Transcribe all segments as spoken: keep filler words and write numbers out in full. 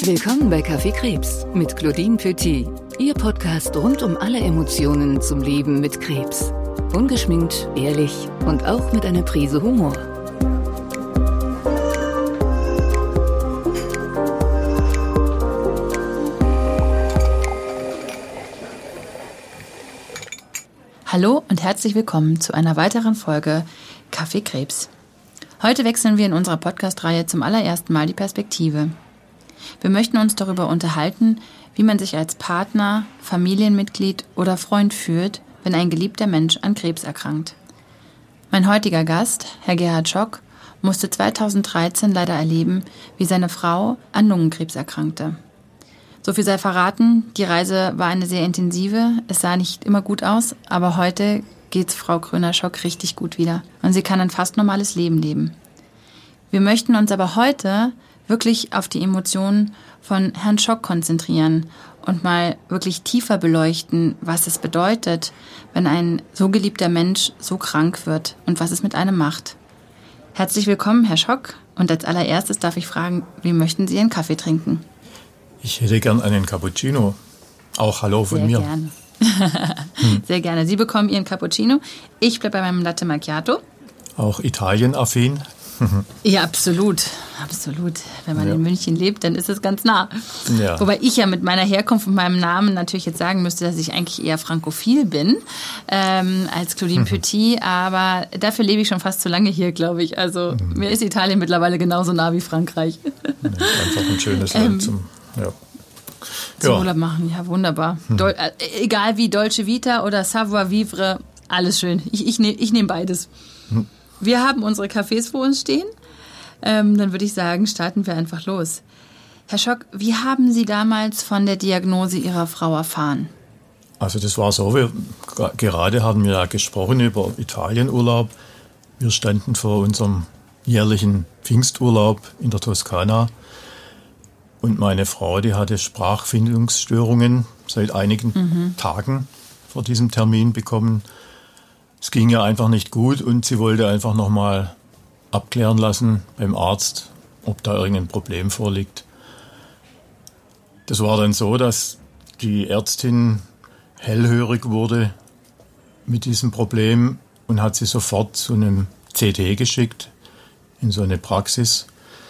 Willkommen bei Kaffee Krebs mit Claudine Petit, Ihr Podcast rund um alle Emotionen zum Leben mit Krebs. Ungeschminkt, ehrlich und auch mit einer Prise Humor. Hallo und herzlich willkommen zu einer weiteren Folge Kaffee Krebs. Heute wechseln wir in unserer Podcast-Reihe zum allerersten Mal die Perspektive. Wir möchten uns darüber unterhalten, wie man sich als Partner, Familienmitglied oder Freund fühlt, wenn ein geliebter Mensch an Krebs erkrankt. Mein heutiger Gast, Herr Gerhard Schock, musste zweitausenddreizehn leider erleben, wie seine Frau an Lungenkrebs erkrankte. So viel sei verraten, die Reise war eine sehr intensive, es sah nicht immer gut aus, aber heute geht's Frau Kröner-Schock richtig gut wieder und sie kann ein fast normales Leben leben. Wir möchten uns aber heute wirklich auf die Emotionen von Herrn Schock konzentrieren und mal wirklich tiefer beleuchten, was es bedeutet, wenn ein so geliebter Mensch so krank wird und was es mit einem macht. Herzlich willkommen, Herr Schock, und als allererstes darf ich fragen, wie möchten Sie Ihren Kaffee trinken? Ich hätte gern einen Cappuccino. Auch Hallo von Sehr mir. Gerne. hm. Sehr gerne. Sie bekommen Ihren Cappuccino. Ich bleibe bei meinem Latte Macchiato. Auch Italien-affin? Ja, absolut. Absolut. Wenn man ja. in München lebt, dann ist es ganz nah. Ja. Wobei ich ja mit meiner Herkunft und meinem Namen natürlich jetzt sagen müsste, dass ich eigentlich eher frankophil bin ähm, als Claudine Petit. Aber dafür lebe ich schon fast zu lange hier, glaube ich. Also mhm. mir ist Italien mittlerweile genauso nah wie Frankreich. Ja, einfach ein schönes Land ähm, zum... Ja. Zum ja. Urlaub machen, ja, wunderbar. Hm. Dol- äh, egal wie Dolce Vita oder Savoir Vivre, alles schön. Ich, ich nehme ich nehm beides. Hm. Wir haben unsere Cafés vor uns stehen. Ähm, dann würde ich sagen, starten wir einfach los. Herr Schock, wie haben Sie damals von der Diagnose Ihrer Frau erfahren? Also das war so, wir gerade haben wir ja gesprochen über Italienurlaub. Wir standen vor unserem jährlichen Pfingsturlaub in der Toskana. Und meine Frau, die hatte Sprachfindungsstörungen seit einigen mhm. Tagen vor diesem Termin bekommen. Es ging ihr einfach nicht gut und sie wollte einfach nochmal abklären lassen beim Arzt, ob da irgendein Problem vorliegt. Das war dann so, dass die Ärztin hellhörig wurde mit diesem Problem und hat sie sofort zu einem C T geschickt, in so eine Praxis.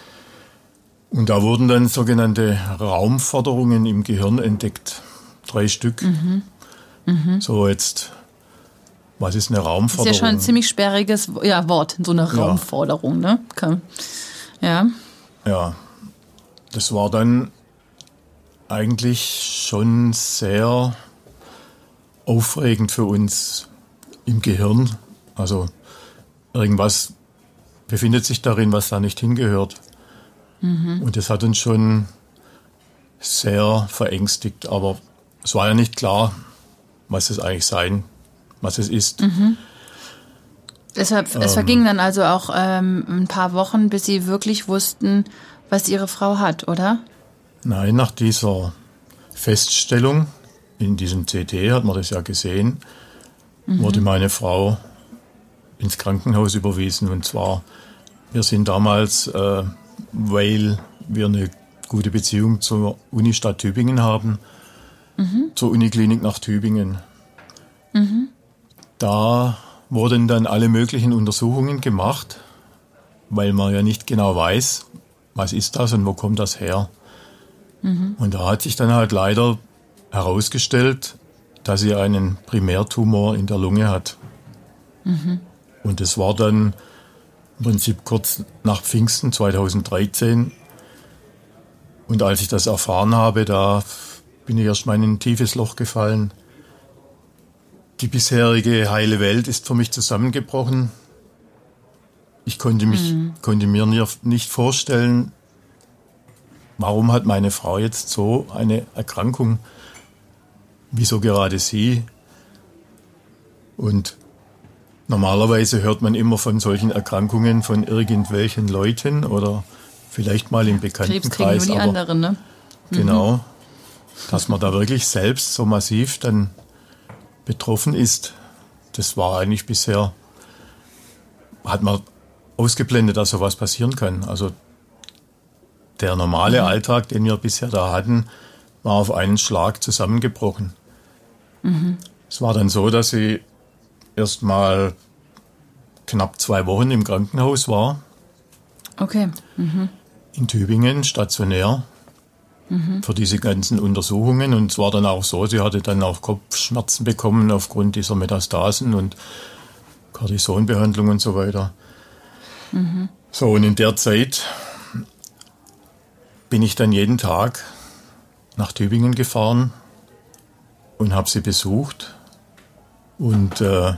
Und da wurden dann sogenannte Raumforderungen im Gehirn entdeckt. Drei Stück. Mhm. Mhm. So, jetzt, was ist eine Raumforderung? Das ist ja schon ein ziemlich sperriges ja, Wort, so eine Raumforderung, ja. ne? Okay. Ja. Ja, das war dann eigentlich schon sehr aufregend für uns im Gehirn. Also irgendwas befindet sich darin, was da nicht hingehört. Und das hat uns schon sehr verängstigt, aber es war ja nicht klar, was es eigentlich sein, was es ist. Mhm. Es, ähm, es vergingen dann also auch ähm, ein paar Wochen, bis Sie wirklich wussten, was Ihre Frau hat, oder? Nein, nach dieser Feststellung, in diesem C T hat man das ja gesehen, mhm. wurde meine Frau ins Krankenhaus überwiesen. Und zwar, wir sind damals... Äh, weil wir eine gute Beziehung zur Unistadt Tübingen haben, mhm. zur Uniklinik nach Tübingen. Mhm. Da wurden dann alle möglichen Untersuchungen gemacht, weil man ja nicht genau weiß, was ist das und wo kommt das her. Mhm. Und da hat sich dann halt leider herausgestellt, dass sie einen Primärtumor in der Lunge hat. Mhm. Und das war dann im Prinzip kurz nach Pfingsten zweitausenddreizehn. Und als ich das erfahren habe, da bin ich erst mal in ein tiefes Loch gefallen. Die bisherige heile Welt ist für mich zusammengebrochen. Ich konnte, mich, mhm. konnte mir nicht vorstellen, warum hat meine Frau jetzt so eine Erkrankung? Wieso gerade sie? Und normalerweise hört man immer von solchen Erkrankungen von irgendwelchen Leuten oder vielleicht mal im Bekanntenkreis. Krebs kriegen nur die aber anderen, ne? Mhm. Genau, dass man da wirklich selbst so massiv dann betroffen ist, das war eigentlich bisher, hat man ausgeblendet, dass sowas passieren kann. Also der normale mhm. Alltag, den wir bisher da hatten, war auf einen Schlag zusammengebrochen. Mhm. Es war dann so, dass sie erst mal knapp zwei Wochen im Krankenhaus war. Okay. Mhm. In Tübingen, stationär, mhm. für diese ganzen Untersuchungen. Und es war dann auch so, sie hatte dann auch Kopfschmerzen bekommen aufgrund dieser Metastasen und Kortisonbehandlung und so weiter. Mhm. So, und in der Zeit bin ich dann jeden Tag nach Tübingen gefahren und habe sie besucht. Und äh,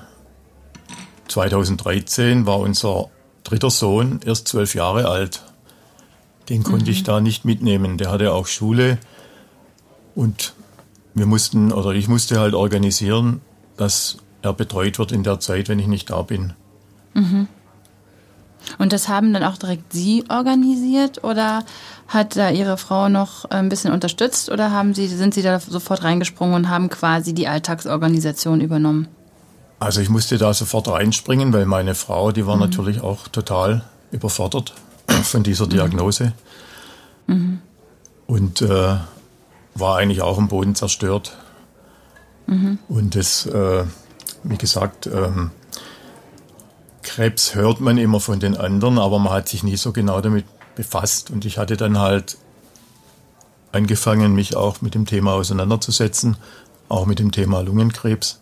zweitausenddreizehn war unser dritter Sohn erst zwölf Jahre alt. Den konnte mhm. ich da nicht mitnehmen. Der hatte auch Schule. Und wir mussten, oder ich musste halt organisieren, dass er betreut wird in der Zeit, wenn ich nicht da bin. Mhm. Und das haben dann auch direkt Sie organisiert oder hat da Ihre Frau noch ein bisschen unterstützt oder haben Sie, sind Sie da sofort reingesprungen und haben quasi die Alltagsorganisation übernommen? Also ich musste da sofort reinspringen, weil meine Frau, die war mhm. natürlich auch total überfordert von dieser Diagnose mhm. und äh, war eigentlich auch am Boden zerstört. Mhm. Und das, äh, wie gesagt, ähm, Krebs hört man immer von den anderen, aber man hat sich nie so genau damit befasst. Und ich hatte dann halt angefangen, mich auch mit dem Thema auseinanderzusetzen, auch mit dem Thema Lungenkrebs.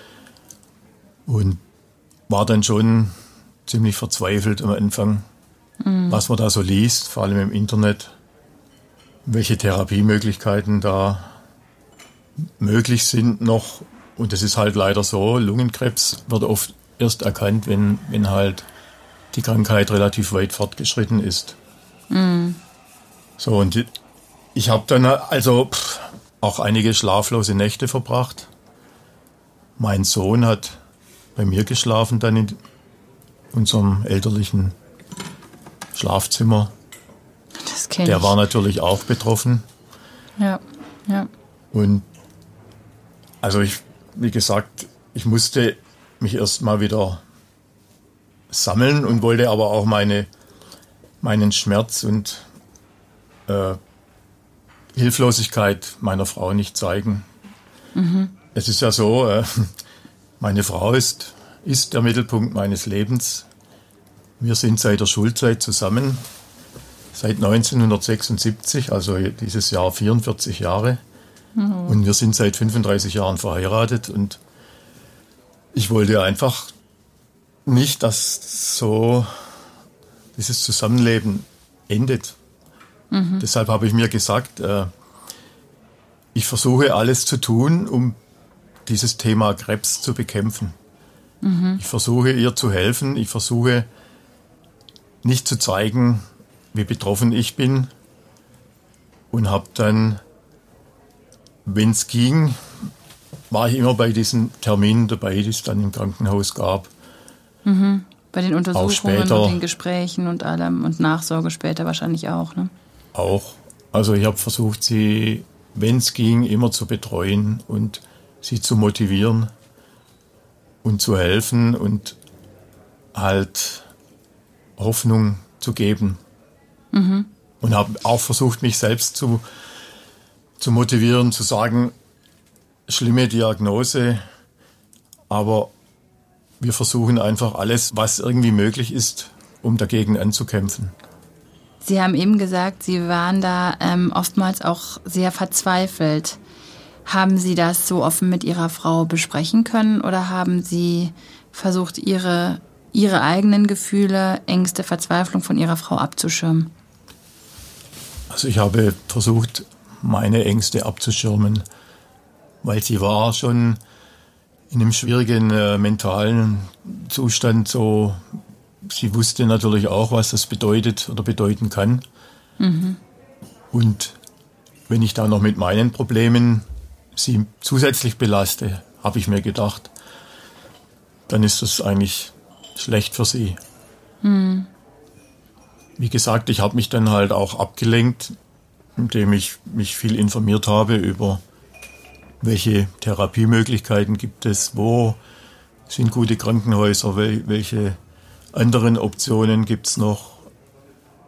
Und war dann schon ziemlich verzweifelt am Anfang, mhm. was man da so liest, vor allem im Internet, welche Therapiemöglichkeiten da möglich sind noch. Und es ist halt leider so, Lungenkrebs wird oft erst erkannt, wenn, wenn halt die Krankheit relativ weit fortgeschritten ist. Mhm. So, und ich habe dann also pff, auch einige schlaflose Nächte verbracht. Mein Sohn hat bei mir geschlafen, dann in unserem elterlichen Schlafzimmer. Das kenn ich. Der war natürlich auch betroffen. Ja, ja. Und also ich, wie gesagt, ich musste mich erst mal wieder sammeln und wollte aber auch meine, meinen Schmerz und äh, Hilflosigkeit meiner Frau nicht zeigen. Mhm. Es ist ja so, äh, meine Frau ist, ist der Mittelpunkt meines Lebens. Wir sind seit der Schulzeit zusammen, seit neunzehnhundertsechsundsiebzig, also dieses Jahr vierundvierzig Jahre. Mhm. Und wir sind seit fünfunddreißig Jahren verheiratet und ich wollte einfach nicht, dass so dieses Zusammenleben endet. Mhm. Deshalb habe ich mir gesagt, äh, ich versuche alles zu tun, um dieses Thema Krebs zu bekämpfen. Mhm. Ich versuche ihr zu helfen, ich versuche nicht zu zeigen, wie betroffen ich bin und habe dann, wenn es ging, war ich immer bei diesen Terminen dabei, die es dann im Krankenhaus gab. Mhm. Bei den Untersuchungen später, und den Gesprächen und allem und Nachsorge später wahrscheinlich auch, ne? Auch. Also ich habe versucht, sie, wenn es ging, immer zu betreuen und sie zu motivieren und zu helfen und halt Hoffnung zu geben. Mhm. Und habe auch versucht, mich selbst zu, zu motivieren, zu sagen, schlimme Diagnose, aber wir versuchen einfach alles, was irgendwie möglich ist, um dagegen anzukämpfen. Sie haben eben gesagt, Sie waren da ähm, oftmals auch sehr verzweifelt. Haben Sie das so offen mit Ihrer Frau besprechen können oder haben Sie versucht, Ihre, Ihre eigenen Gefühle, Ängste, Verzweiflung von Ihrer Frau abzuschirmen? Also ich habe versucht, meine Ängste abzuschirmen, weil sie war schon in einem schwierigen äh, mentalen Zustand so. Sie wusste natürlich auch, was das bedeutet oder bedeuten kann. Mhm. Und wenn ich da noch mit meinen Problemen sie zusätzlich belaste, habe ich mir gedacht, dann ist das eigentlich schlecht für sie. Mhm. Wie gesagt, ich habe mich dann halt auch abgelenkt, indem ich mich viel informiert habe über welche Therapiemöglichkeiten gibt es, wo sind gute Krankenhäuser, welche anderen Optionen gibt es noch.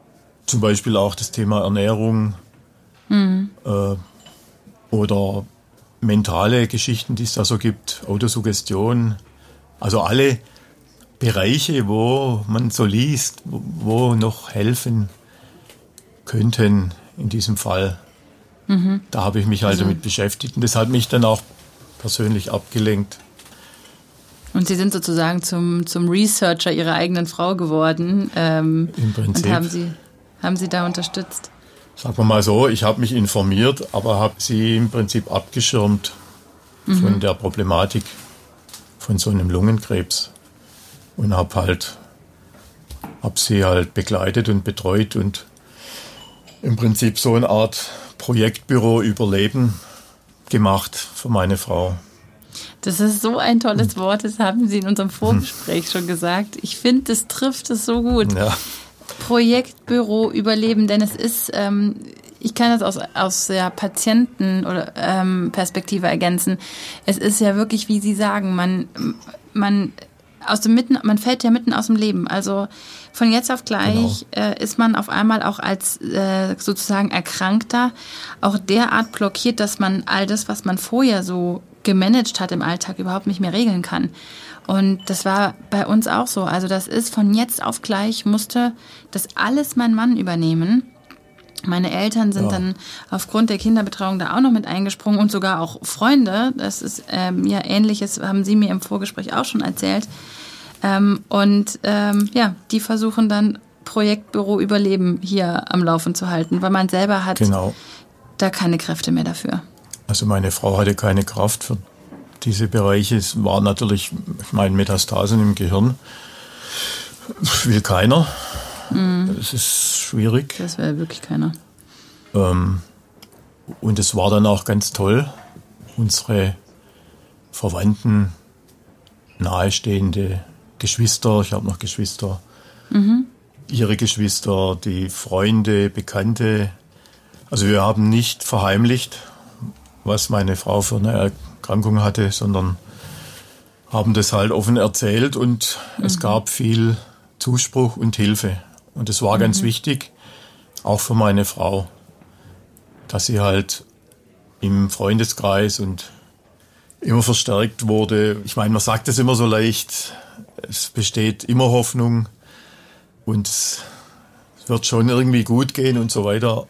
zum Beispiel auch das Thema Ernährung mhm. äh, oder mentale Geschichten, die es da so gibt, Autosuggestion, also alle Bereiche, wo man so liest, wo, wo noch helfen könnten in diesem Fall. Mhm. Da habe ich mich halt also damit beschäftigt und das hat mich dann auch persönlich abgelenkt. Und Sie sind sozusagen zum, zum Researcher Ihrer eigenen Frau geworden. Ähm, Im Prinzip. Und haben Sie, haben Sie da unterstützt? Sagen wir mal so, ich habe mich informiert, aber habe sie im Prinzip abgeschirmt mhm. von der Problematik von so einem Lungenkrebs. Und habe halt, habe sie halt begleitet und betreut und im Prinzip so eine Art Projektbüro Überleben gemacht für meine Frau. Das ist so ein tolles Wort, das haben Sie in unserem Vorgespräch schon gesagt. Ich finde, das trifft es so gut. Ja. Projektbüro Überleben, denn es ist, ähm, ich kann das aus, aus der Patienten- oder ähm, Perspektive ergänzen. Es ist ja wirklich, wie Sie sagen, man, man, aus dem mitten, man fällt ja mitten aus dem Leben. Also von jetzt auf gleich genau. äh, ist man auf einmal auch als äh, sozusagen Erkrankter auch derart blockiert, dass man all das, was man vorher so gemanagt hat im Alltag, überhaupt nicht mehr regeln kann. Und das war bei uns auch so. Also das ist von jetzt auf gleich, musste das alles mein Mann übernehmen. Meine Eltern sind ja. dann aufgrund der Kinderbetreuung da auch noch mit eingesprungen und sogar auch Freunde. Das ist ähm, ja Ähnliches, haben Sie mir im Vorgespräch auch schon erzählt. Ähm, und ähm, ja, die versuchen dann Projektbüro Überleben hier am Laufen zu halten, weil man selber hat genau. da keine Kräfte mehr dafür. Also meine Frau hatte keine Kraft für diese Bereiche. Es war natürlich, ich meine, Metastasen im Gehirn will keiner. Mm. Das ist schwierig. Das will wirklich keiner. Ähm, und es war dann auch ganz toll, unsere Verwandten, nahestehende Geschwister, ich habe noch Geschwister, mhm. ihre Geschwister, die Freunde, Bekannte. Also wir haben nicht verheimlicht, was meine Frau für eine Erkrankung hatte, sondern haben das halt offen erzählt und mhm. es gab viel Zuspruch und Hilfe. Und es war mhm. ganz wichtig, auch für meine Frau, dass sie halt im Freundeskreis und immer verstärkt wurde. Ich meine, man sagt das immer so leicht, es besteht immer Hoffnung und es wird schon irgendwie gut gehen und so weiter.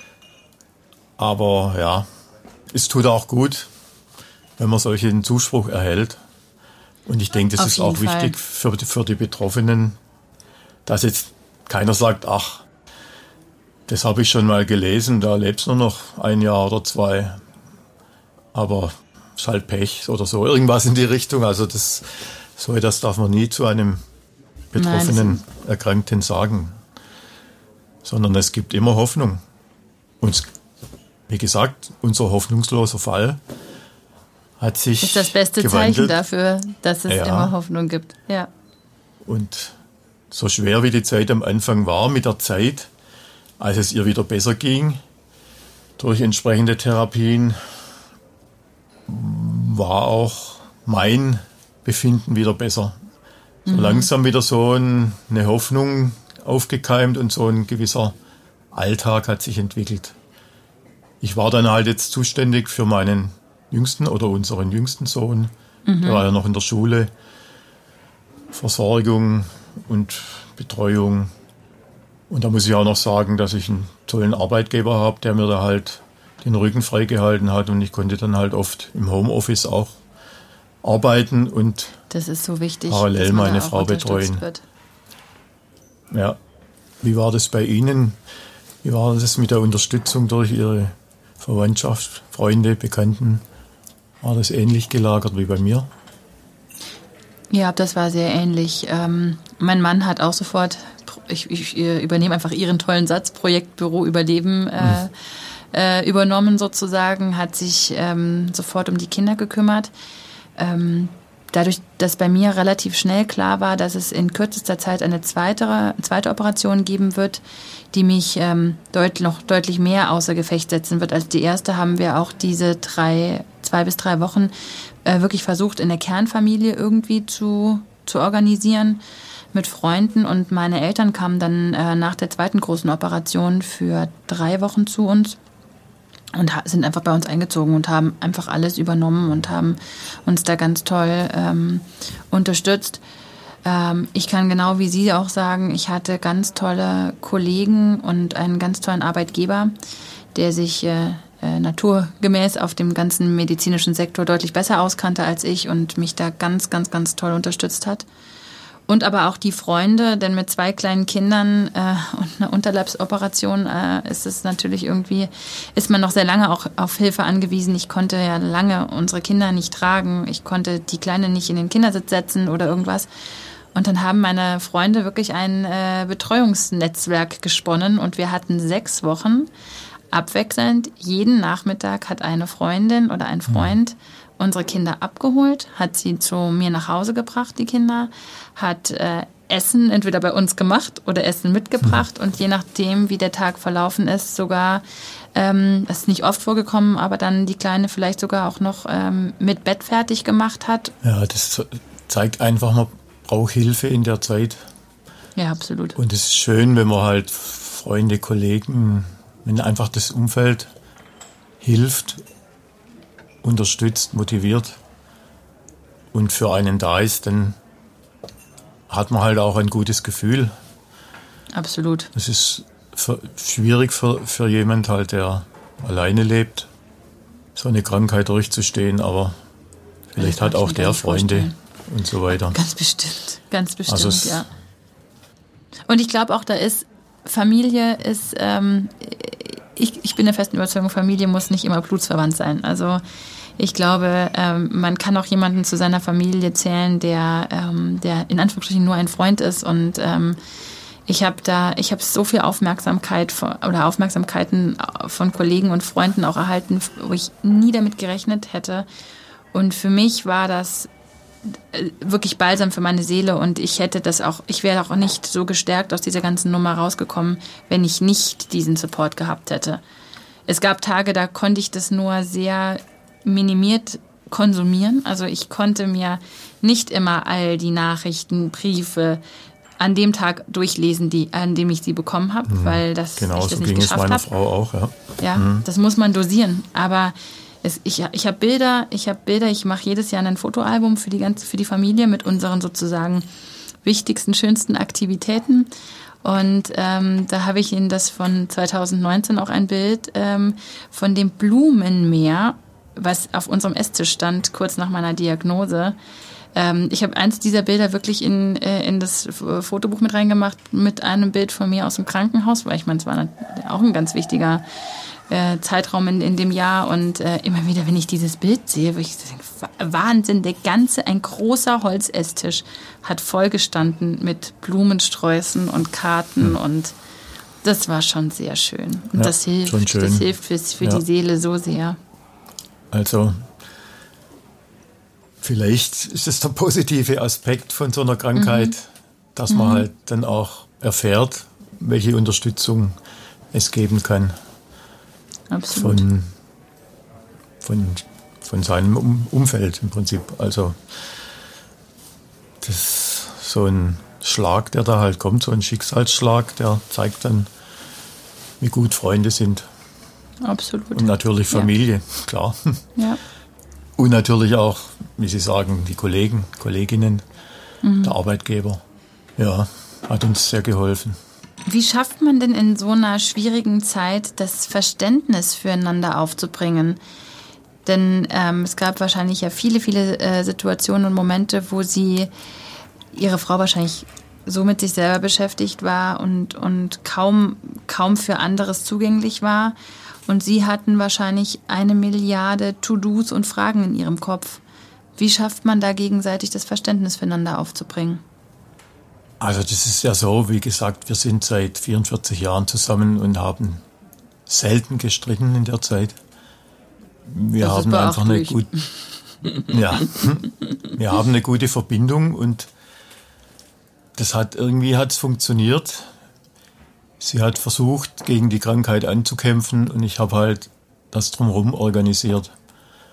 Aber ja, es tut auch gut, wenn man solchen Zuspruch erhält. Und ich denke, das Auf ist auch Fall. wichtig für die, für die Betroffenen, dass jetzt keiner sagt, ach, das habe ich schon mal gelesen, da lebst du nur noch ein Jahr oder zwei. Aber es ist halt Pech oder so, irgendwas in die Richtung. Also das, so etwas darf man nie zu einem betroffenen Nein, Erkrankten sagen. Sondern es gibt immer Hoffnung. Und wie gesagt, unser hoffnungsloser Fall hat sich Das ist das beste gewandelt. Zeichen dafür, dass es ja. immer Hoffnung gibt. Ja. Und so schwer wie die Zeit am Anfang war, mit der Zeit, als es ihr wieder besser ging, durch entsprechende Therapien, war auch mein Befinden wieder besser. So mhm. langsam wieder so ein, eine Hoffnung aufgekeimt und so ein gewisser Alltag hat sich entwickelt. Ich war dann halt jetzt zuständig für meinen jüngsten oder unseren jüngsten Sohn. Mhm. Der war ja noch in der Schule. Versorgung und Betreuung. Und da muss ich auch noch sagen, dass ich einen tollen Arbeitgeber habe, der mir da halt den Rücken freigehalten hat und ich konnte dann halt oft im Homeoffice auch arbeiten und das ist so wichtig, parallel meine Frau betreuen. Wird. Ja. Wie war das bei Ihnen? Wie war das mit der Unterstützung durch Ihre Verwandtschaft, Freunde, Bekannten? War das ähnlich gelagert wie bei mir? Ja, das war sehr ähnlich. Ähm, mein Mann hat auch sofort, ich, ich übernehme einfach Ihren tollen Satz, Projektbüro Überleben äh, hm. äh, übernommen sozusagen, hat sich ähm, sofort um die Kinder gekümmert. Ähm, dadurch, dass bei mir relativ schnell klar war, dass es in kürzester Zeit eine zweite, zweite Operation geben wird, die mich ähm, deut, noch deutlich mehr außer Gefecht setzen wird als die erste, haben wir auch diese drei, zwei bis drei Wochen äh, wirklich versucht, in der Kernfamilie irgendwie zu, zu organisieren. mit Freunden und meine Eltern kamen dann äh, nach der zweiten großen Operation für drei Wochen zu uns und ha- sind einfach bei uns eingezogen und haben einfach alles übernommen und haben uns da ganz toll ähm, unterstützt. Ähm, ich kann genau wie Sie auch sagen, ich hatte ganz tolle Kollegen und einen ganz tollen Arbeitgeber, der sich äh, äh, naturgemäß auf dem ganzen medizinischen Sektor deutlich besser auskannte als ich und mich da ganz, ganz, ganz toll unterstützt hat. Und aber auch die Freunde, denn mit zwei kleinen Kindern äh, und einer Unterleibsoperation äh, ist es natürlich irgendwie, ist man noch sehr lange auch auf Hilfe angewiesen. Ich konnte ja lange unsere Kinder nicht tragen. Ich konnte die Kleine nicht in den Kindersitz setzen oder irgendwas. Und dann haben meine Freunde wirklich ein äh, Betreuungsnetzwerk gesponnen und wir hatten sechs Wochen abwechselnd. Jeden Nachmittag hat eine Freundin oder ein Freund unsere Kinder abgeholt, hat sie zu mir nach Hause gebracht, die Kinder, hat äh, Essen entweder bei uns gemacht oder Essen mitgebracht und je nachdem, wie der Tag verlaufen ist, sogar, ähm, das ist nicht oft vorgekommen, aber dann die Kleine vielleicht sogar auch noch ähm, mit Bett fertig gemacht hat. Ja, das zeigt einfach, man braucht Hilfe in der Zeit. Ja, absolut. Und es ist schön, wenn man halt Freunde, Kollegen, wenn einfach das Umfeld hilft, unterstützt, motiviert und für einen da ist, dann hat man halt auch ein gutes Gefühl. Absolut. Es ist für, schwierig für, für jemand halt, der alleine lebt, so eine Krankheit durchzustehen, aber vielleicht hat auch der Freunde vorstellen. Und so weiter. Ganz bestimmt, ganz bestimmt, also ja. Und ich glaube auch, da ist, Familie ist, ähm, ich, ich bin der festen Überzeugung, Familie muss nicht immer blutsverwandt sein. Also ich glaube, ähm, man kann auch jemanden zu seiner Familie zählen, der, ähm, der in Anführungsstrichen nur ein Freund ist. Und ähm, ich habe da, ich habe so viel Aufmerksamkeit von, oder Aufmerksamkeiten von Kollegen und Freunden auch erhalten, wo ich nie damit gerechnet hätte. Und für mich war das wirklich Balsam für meine Seele und ich hätte das auch, ich wäre auch nicht so gestärkt aus dieser ganzen Nummer rausgekommen, wenn ich nicht diesen Support gehabt hätte. Es gab Tage, da konnte ich das nur sehr minimiert konsumieren. Also ich konnte mir nicht immer all die Nachrichten, Briefe an dem Tag durchlesen, die, an dem ich sie bekommen habe, mhm. weil das, genau, ich das so nicht ging geschafft habe. Genau, so ging es meiner Frau auch, ja. Ja, mhm. das muss man dosieren, aber Es, ich ich habe Bilder, ich habe Bilder, ich mache jedes Jahr ein Fotoalbum für die ganze, für die Familie mit unseren sozusagen wichtigsten, schönsten Aktivitäten. Und ähm, da habe ich Ihnen das von zweitausendneunzehn auch ein Bild ähm, von dem Blumenmeer, was auf unserem Esstisch stand, kurz nach meiner Diagnose. Ähm, ich habe eins dieser Bilder wirklich in, äh, in das Fotobuch mit reingemacht, mit einem Bild von mir aus dem Krankenhaus, weil ich meine, es war auch ein ganz wichtiger Äh, Zeitraum in, in dem Jahr und äh, immer wieder, wenn ich dieses Bild sehe, wo ich denke, Wahnsinn, der ganze, ein großer Holzesstisch hat vollgestanden mit Blumensträußen und Karten mhm. und das war schon sehr schön. Und ja, das hilft, schön. das hilft für, für ja. die Seele so sehr. Also vielleicht ist es der positive Aspekt von so einer Krankheit, mhm. dass man mhm. halt dann auch erfährt, welche Unterstützung es geben kann. Absolut. Von, von, von seinem um Umfeld im Prinzip. Also das ist so ein Schlag, der da halt kommt, so ein Schicksalsschlag, der zeigt dann, wie gut Freunde sind. Absolut. Und natürlich Familie, ja. Klar. Ja. Und natürlich auch, wie Sie sagen, die Kollegen, Kolleginnen, mhm. der Arbeitgeber. Ja, hat uns sehr geholfen. Wie schafft man denn in so einer schwierigen Zeit das Verständnis füreinander aufzubringen? Denn ähm, es gab wahrscheinlich ja viele, viele äh, Situationen und Momente, wo sie, ihre Frau wahrscheinlich so mit sich selber beschäftigt war und, und kaum, kaum für anderes zugänglich war. Und sie hatten wahrscheinlich eine Milliarde To-Dos und Fragen in ihrem Kopf. Wie schafft man da gegenseitig das Verständnis füreinander aufzubringen? Also das ist ja so, wie gesagt, wir sind seit vierundvierzig Jahren zusammen und haben selten gestritten in der Zeit. Wir das haben einfach eine gute, ja, wir haben eine gute Verbindung und das hat irgendwie hat's funktioniert. Sie hat versucht, gegen die Krankheit anzukämpfen und ich habe halt das drumherum organisiert.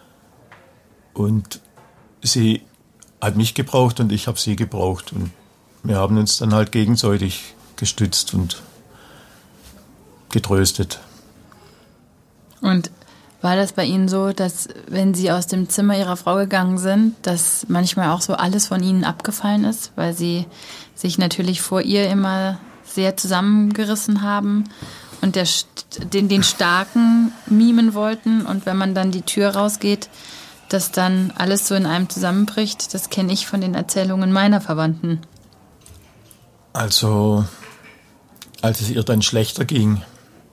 Und sie hat mich gebraucht und ich habe sie gebraucht und wir haben uns dann halt gegenseitig gestützt und getröstet. Und war das bei Ihnen so, dass wenn Sie aus dem Zimmer Ihrer Frau gegangen sind, dass manchmal auch so alles von Ihnen abgefallen ist, weil Sie sich natürlich vor ihr immer sehr zusammengerissen haben und der, den, den Starken mimen wollten und wenn man dann die Tür rausgeht, dass dann alles so in einem zusammenbricht? Das kenne ich von den Erzählungen meiner Verwandten. Also, als es ihr dann schlechter ging,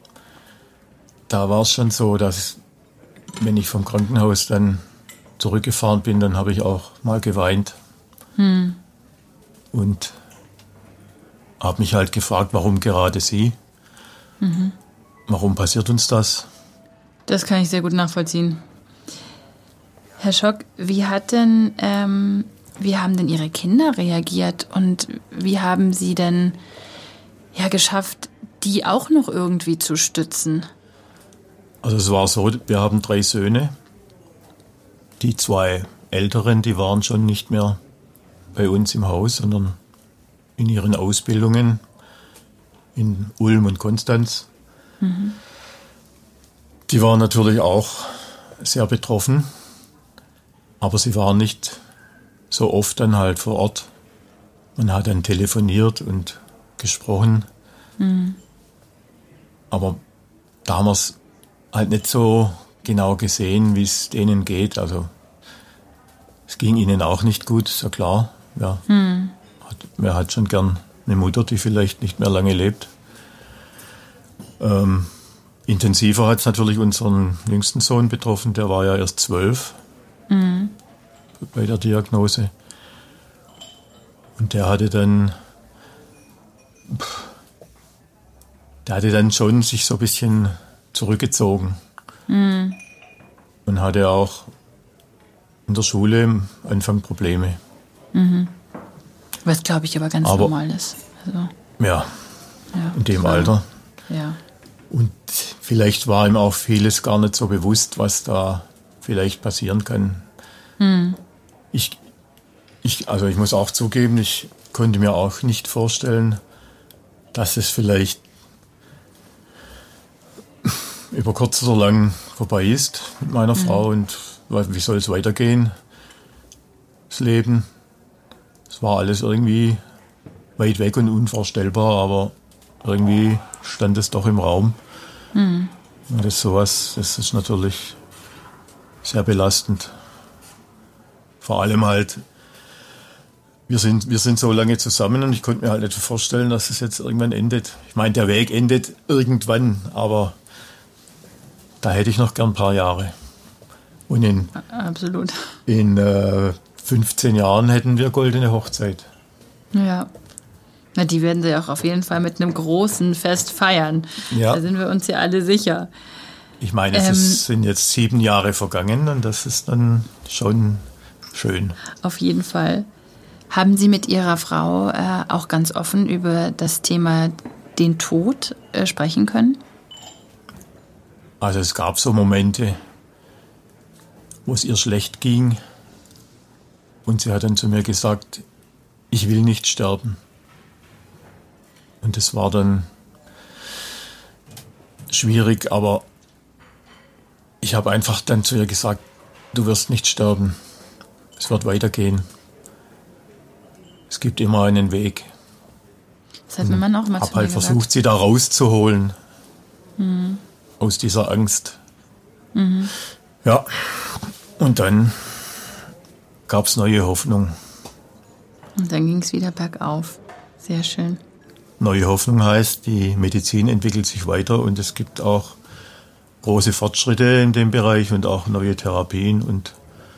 da war es schon so, dass wenn ich vom Krankenhaus dann zurückgefahren bin, dann habe ich auch mal geweint. Hm. Und habe mich halt gefragt, warum gerade sie? Mhm. Warum passiert uns das? Das kann ich sehr gut nachvollziehen. Herr Schock, wie hat denn, ähm, wie haben denn Ihre Kinder reagiert und wie haben Sie denn ja geschafft, die auch noch irgendwie zu stützen? Also es war so, wir haben drei Söhne. Die zwei Älteren, die waren schon nicht mehr bei uns im Haus, sondern in ihren Ausbildungen in Ulm und Konstanz. Mhm. Die waren natürlich auch sehr betroffen, aber sie waren nicht so oft dann halt vor Ort. Man hat dann telefoniert und gesprochen, mhm. aber da haben wir es halt nicht so genau gesehen, wie es denen geht. Also es ging ihnen auch nicht gut, ist ja klar. Ja. Hm. Hat, wer hat schon gern eine Mutter, die vielleicht nicht mehr lange lebt. Ähm, intensiver hat es natürlich unseren jüngsten Sohn betroffen, der war ja erst zwölf hm. bei der Diagnose. Und der hatte dann, der hatte dann schon sich so ein bisschen zurückgezogen. Mhm. Und hatte auch in der Schule am Anfang Probleme. Mhm. Was, glaube ich, aber ganz aber, normal ist. Also, ja, ja, in dem klar. Alter. Ja. Und vielleicht war ihm auch vieles gar nicht so bewusst, was da vielleicht passieren kann. Mhm. Ich, ich, also ich muss auch zugeben, ich konnte mir auch nicht vorstellen, dass es vielleicht über kurz oder lang vorbei ist mit meiner mhm. Frau und wie soll es weitergehen, das Leben. Es war alles irgendwie weit weg und unvorstellbar, aber irgendwie stand es doch im Raum. Mhm. Und das sowas, das ist natürlich sehr belastend. Vor allem halt, wir sind, wir sind so lange zusammen und ich konnte mir halt nicht vorstellen, dass es jetzt irgendwann endet. Ich meine, der Weg endet irgendwann, aber da hätte ich noch gern ein paar Jahre. Und in, Absolut. in äh, fünfzehn Jahren hätten wir goldene Hochzeit. Ja. Na, die werden sie auch auf jeden Fall mit einem großen Fest feiern. Ja. Da sind wir uns ja alle sicher. Ich meine, es ähm, ist, sind jetzt sieben Jahre vergangen und das ist dann schon schön. Auf jeden Fall. Haben Sie mit Ihrer Frau äh, auch ganz offen über das Thema den Tod äh, sprechen können? Also es gab so Momente, wo es ihr schlecht ging und sie hat dann zu mir gesagt, ich will nicht sterben. Und das war dann schwierig, aber ich habe einfach dann zu ihr gesagt, du wirst nicht sterben, es wird weitergehen. Es gibt immer einen Weg. Das hat mein Mann auch mal zu mir gesagt. Ich habe halt versucht, sie da rauszuholen. Mhm. Aus dieser Angst. Mhm. Ja, und dann gab es neue Hoffnung. Und dann ging es wieder bergauf. Sehr schön. Neue Hoffnung heißt, die Medizin entwickelt sich weiter und es gibt auch große Fortschritte in dem Bereich und auch neue Therapien. Und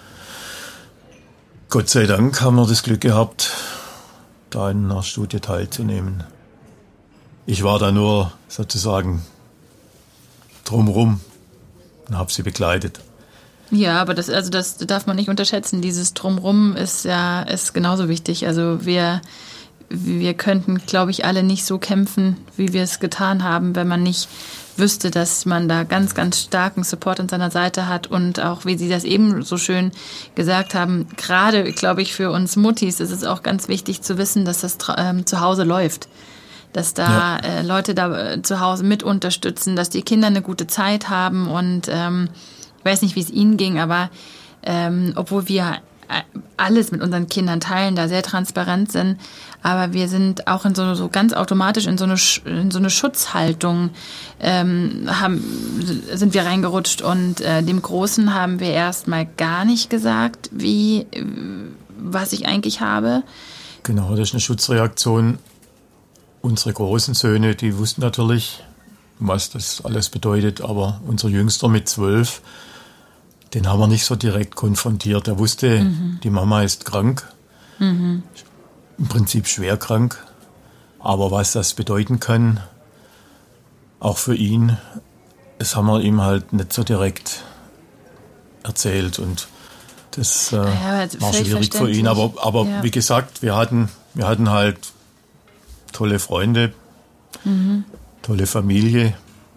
Gott sei Dank haben wir das Glück gehabt, da in einer Studie teilzunehmen. Ich war da nur sozusagen drumherum und habe sie begleitet. Ja, aber das, also das darf man nicht unterschätzen. Dieses Drumherum ist ja ist genauso wichtig. Also wir, wir könnten, glaube ich, alle nicht so kämpfen, wie wir es getan haben, wenn man nicht wüsste, dass man da ganz, ganz starken Support an seiner Seite hat und auch, wie Sie das eben so schön gesagt haben, gerade, glaube ich, für uns Muttis ist es auch ganz wichtig zu wissen, dass das ähm, zu Hause läuft. Dass da ja. äh, Leute da äh, zu Hause mit unterstützen, dass die Kinder eine gute Zeit haben und ähm, ich weiß nicht, wie es Ihnen ging, aber ähm, obwohl wir alles mit unseren Kindern teilen, da sehr transparent sind, aber wir sind auch in so, so ganz automatisch in so eine, in so eine Schutzhaltung ähm, haben, sind wir reingerutscht und äh, dem Großen haben wir erstmal gar nicht gesagt, wie, was ich eigentlich habe. Genau, das ist eine Schutzreaktion. Unsere großen Söhne, die wussten natürlich, was das alles bedeutet, aber unser Jüngster mit zwölf, den haben wir nicht so direkt konfrontiert. Er wusste, mhm. die Mama ist krank, mhm. im Prinzip schwer krank. Aber was das bedeuten kann, auch für ihn, das haben wir ihm halt nicht so direkt erzählt. Und das äh, ja, war schwierig für ihn. Aber, aber ja. wie gesagt, wir hatten, wir hatten halt tolle Freunde, mhm. tolle Familie.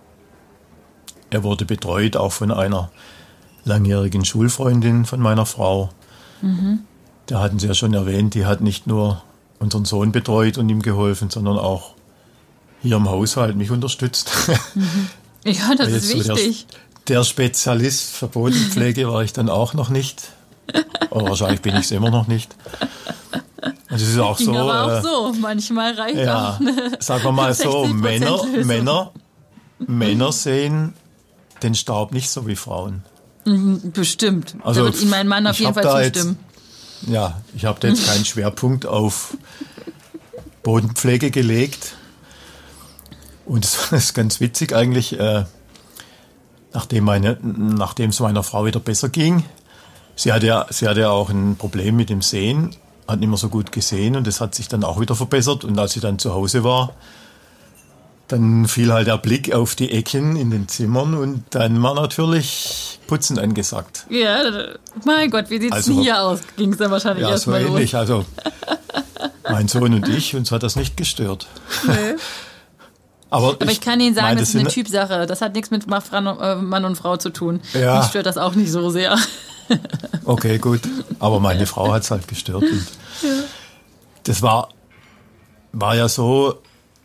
Er wurde betreut, auch von einer langjährigen Schulfreundin von meiner Frau. Mhm. Da hatten Sie ja schon erwähnt, die hat nicht nur unseren Sohn betreut und ihm geholfen, sondern auch hier im Haushalt mich unterstützt. Mhm. Ja, das ist wichtig. So der, der Spezialist für Bodenpflege war ich dann auch noch nicht. Aber wahrscheinlich bin ich es immer noch nicht. Und es ist auch Ging so. Aber auch äh, so. Manchmal reicht ja, auch eine sagen wir mal so, Männer, Männer, Männer sehen den Staub nicht so wie Frauen. Bestimmt. Also, da wird Ihnen mein Mann auf jeden Fall zustimmen. Jetzt, ja, ich habe da jetzt keinen Schwerpunkt auf Bodenpflege gelegt. Und es ist ganz witzig eigentlich, äh, nachdem, meine, nachdem es meiner Frau wieder besser ging. Sie hatte, ja, sie hatte ja auch ein Problem mit dem Sehen, hat nicht mehr so gut gesehen und das hat sich dann auch wieder verbessert. Und als sie dann zu Hause war, dann fiel halt der Blick auf die Ecken in den Zimmern und dann war natürlich Putzen angesagt. Ja, mein Gott, wie sieht es also, denn hier aus? Ging es dann wahrscheinlich ja, erstmal so los. Ähnlich. Also mein Sohn und ich, uns hat das nicht gestört. Nee. Aber, Aber ich, ich kann Ihnen sagen, meine, das ist eine Typsache. Das hat nichts mit Mann und Frau zu tun. Ja. Mich stört das auch nicht so sehr. Okay, gut. Aber meine Frau hat es halt gestört. Und ja. Das war, war ja so,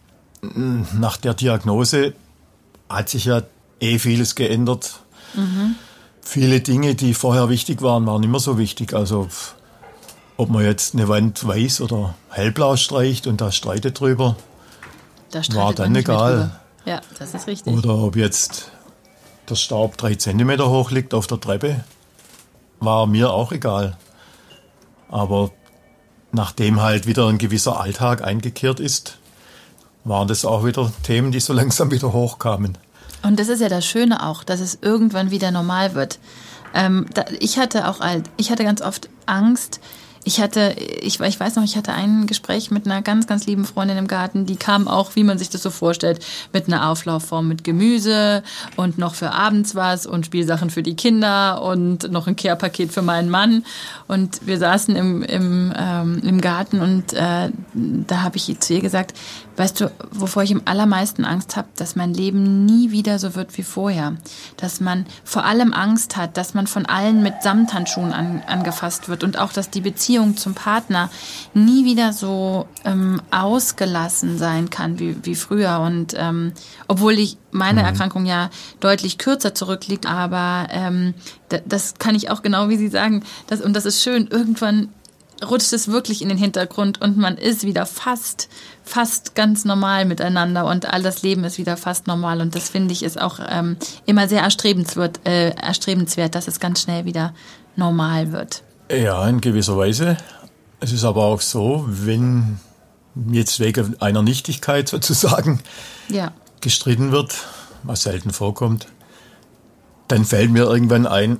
nach der Diagnose hat sich ja eh vieles geändert. Mhm. Viele Dinge, die vorher wichtig waren, waren nicht mehr so wichtig. Also ob man jetzt eine Wand weiß oder hellblau streicht und da streitet drüber, da war dann egal. Ja, das ist richtig. Oder ob jetzt der Staub drei Zentimeter hoch liegt auf der Treppe, war mir auch egal. Aber nachdem halt wieder ein gewisser Alltag eingekehrt ist, waren das auch wieder Themen, die so langsam wieder hochkamen. Und das ist ja das Schöne auch, dass es irgendwann wieder normal wird. Ähm, da, ich hatte auch, ich hatte ganz oft Angst. Ich hatte, ich, ich weiß noch, ich hatte ein Gespräch mit einer ganz, ganz lieben Freundin im Garten, die kam auch, wie man sich das so vorstellt, mit einer Auflaufform mit Gemüse und noch für abends was und Spielsachen für die Kinder und noch ein Care-Paket für meinen Mann. Und wir saßen im, im, ähm, im Garten und äh, da habe ich zu ihr gesagt, weißt du, wovor ich am allermeisten Angst habe, dass mein Leben nie wieder so wird wie vorher. Dass man vor allem Angst hat, dass man von allen mit Samthandschuhen an, angefasst wird und auch, dass die Beziehung zum Partner nie wieder so ähm, ausgelassen sein kann wie, wie früher. Und ähm, obwohl ich meine mhm. Erkrankung ja deutlich kürzer zurückliegt, aber ähm, d- das kann ich auch genau wie Sie sagen. Das, und das ist schön, irgendwann rutscht es wirklich in den Hintergrund und man ist wieder fast, fast ganz normal miteinander und all das Leben ist wieder fast normal. Und das finde ich ist auch ähm, immer sehr erstrebenswert, äh, erstrebenswert, dass es ganz schnell wieder normal wird. Ja, in gewisser Weise. Es ist aber auch so, wenn jetzt wegen einer Nichtigkeit sozusagen ja. gestritten wird, was selten vorkommt, dann fällt mir irgendwann ein,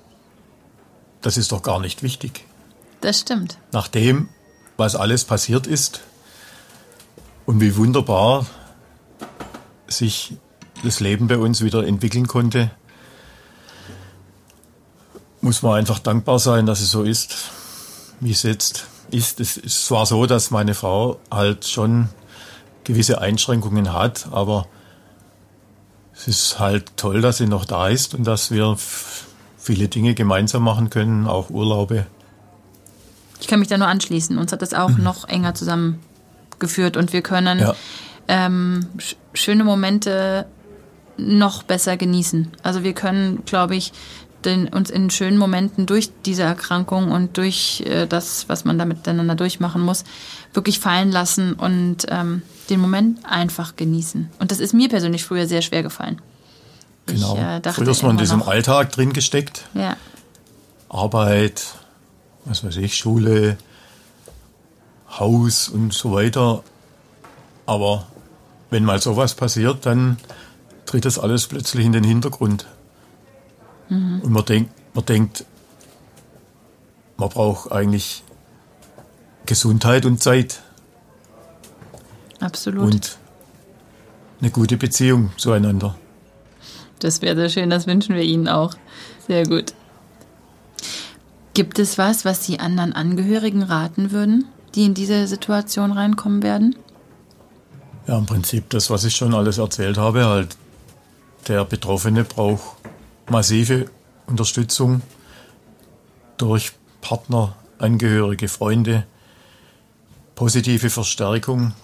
das ist doch gar nicht wichtig. Das stimmt. Nach dem, was alles passiert ist und wie wunderbar sich das Leben bei uns wieder entwickeln konnte, muss man einfach dankbar sein, dass es so ist, wie es jetzt ist, es ist zwar so, dass meine Frau halt schon gewisse Einschränkungen hat, aber es ist halt toll, dass sie noch da ist und dass wir f- viele Dinge gemeinsam machen können, auch Urlaube. Ich kann mich da nur anschließen. Uns hat das auch mhm. noch enger zusammengeführt und wir können ja. ähm, sch- schöne Momente noch besser genießen. Also wir können, glaube ich, den, uns in schönen Momenten durch diese Erkrankung und durch äh, das, was man da miteinander durchmachen muss, wirklich fallen lassen und ähm, den Moment einfach genießen. Und das ist mir persönlich früher sehr schwer gefallen. Genau. Ich, äh, dachte früher ist man in diesem noch, Alltag drin gesteckt. Ja. Arbeit, was weiß ich, Schule, Haus und so weiter. Aber wenn mal sowas passiert, dann tritt das alles plötzlich in den Hintergrund. Mhm. Und man denkt, man denkt, man braucht eigentlich Gesundheit und Zeit. Absolut. Und eine gute Beziehung zueinander. Das wäre sehr schön, das wünschen wir Ihnen auch. Sehr gut. Gibt es was, was Sie anderen Angehörigen raten würden, die in diese Situation reinkommen werden? Ja, im Prinzip das, was ich schon alles erzählt habe, halt der Betroffene braucht massive Unterstützung durch Partner, Angehörige, Freunde, positive Verstärkung,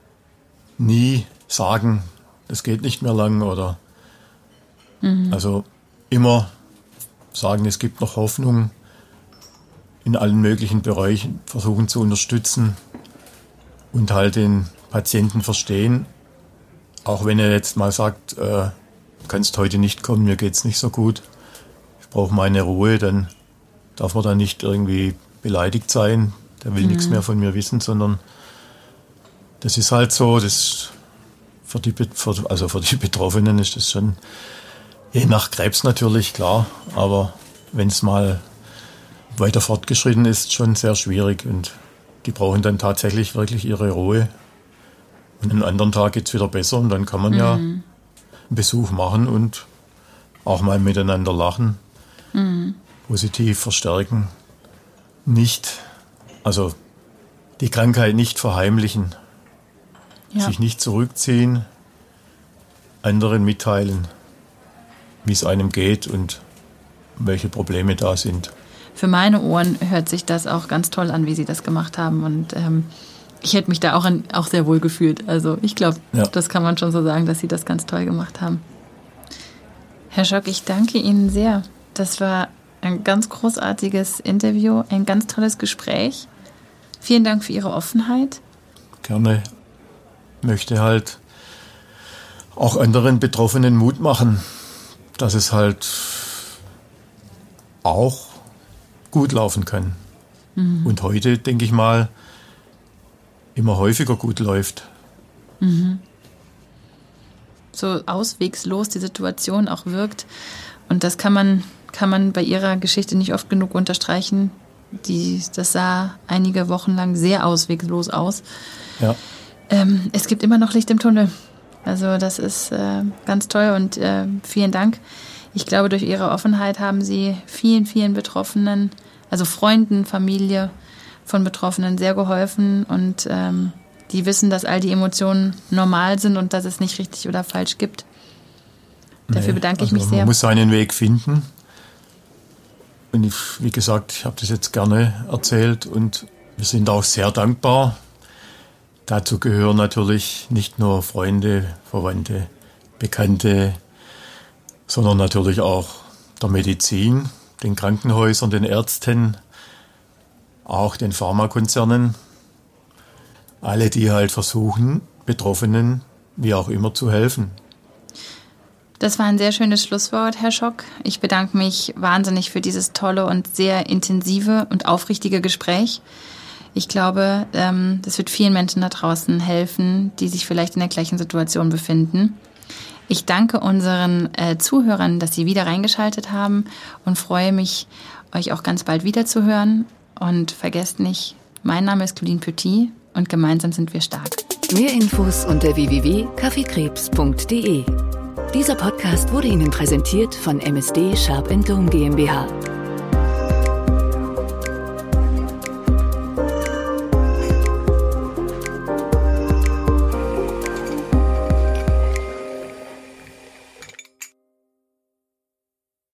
nie sagen, es geht nicht mehr lang oder mhm. also immer sagen, es gibt noch Hoffnung, in allen möglichen Bereichen versuchen zu unterstützen und halt den Patienten verstehen, auch wenn er jetzt mal sagt, äh, du kannst heute nicht kommen, mir geht's nicht so gut, ich brauche meine Ruhe, dann darf man da nicht irgendwie beleidigt sein, der will mhm. nichts mehr von mir wissen, sondern das ist halt so, das für die, für, also für die Betroffenen ist das schon, je nach Krebs natürlich, klar, aber wenn es mal weiter fortgeschritten ist, schon sehr schwierig und die brauchen dann tatsächlich wirklich ihre Ruhe. Und einen anderen Tag geht es wieder besser und dann kann man mhm. ja einen Besuch machen und auch mal miteinander lachen, mhm. positiv verstärken, nicht, also die Krankheit nicht verheimlichen, ja. sich nicht zurückziehen, anderen mitteilen, wie es einem geht und welche Probleme da sind. Für meine Ohren hört sich das auch ganz toll an, wie Sie das gemacht haben. Und ähm, ich hätte mich da auch, an, auch sehr wohl gefühlt. Also ich glaube, ja. das kann man schon so sagen, dass Sie das ganz toll gemacht haben. Herr Schock, ich danke Ihnen sehr. Das war ein ganz großartiges Interview, ein ganz tolles Gespräch. Vielen Dank für Ihre Offenheit. Gerne. Ich möchte halt auch anderen Betroffenen Mut machen, dass es halt auch gut laufen kann. Mhm. Und heute, denke ich mal, immer häufiger gut läuft. Mhm. So auswegslos die Situation auch wirkt. Und das kann man, kann man bei Ihrer Geschichte nicht oft genug unterstreichen. Die, das sah einige Wochen lang sehr ausweglos aus. Ja. Ähm, es gibt immer noch Licht im Tunnel. Also das ist äh, ganz toll und äh, vielen Dank. Ich glaube, durch Ihre Offenheit haben Sie vielen, vielen Betroffenen, also Freunden, Familie von Betroffenen sehr geholfen und ähm, die wissen, dass all die Emotionen normal sind und dass es nicht richtig oder falsch gibt. Dafür nee, bedanke ich also mich sehr. Man muss seinen Weg finden. Und ich, wie gesagt, ich habe das jetzt gerne erzählt und wir sind auch sehr dankbar. Dazu gehören natürlich nicht nur Freunde, Verwandte, Bekannte, sondern natürlich auch der Medizin, den Krankenhäusern, den Ärzten, auch den Pharmakonzernen. Alle, die halt versuchen, Betroffenen wie auch immer zu helfen. Das war ein sehr schönes Schlusswort, Herr Schock. Ich bedanke mich wahnsinnig für dieses tolle und sehr intensive und aufrichtige Gespräch. Ich glaube, das wird vielen Menschen da draußen helfen, die sich vielleicht in der gleichen Situation befinden. Ich danke unseren äh, Zuhörern, dass sie wieder reingeschaltet haben und freue mich, euch auch ganz bald wieder zu hören. Und vergesst nicht, mein Name ist Claudine Petit und gemeinsam sind wir stark. Mehr Infos unter w w w punkt kaffeekrebs punkt d e. Dieser Podcast wurde Ihnen präsentiert von M S D Sharp and Dome GmbH.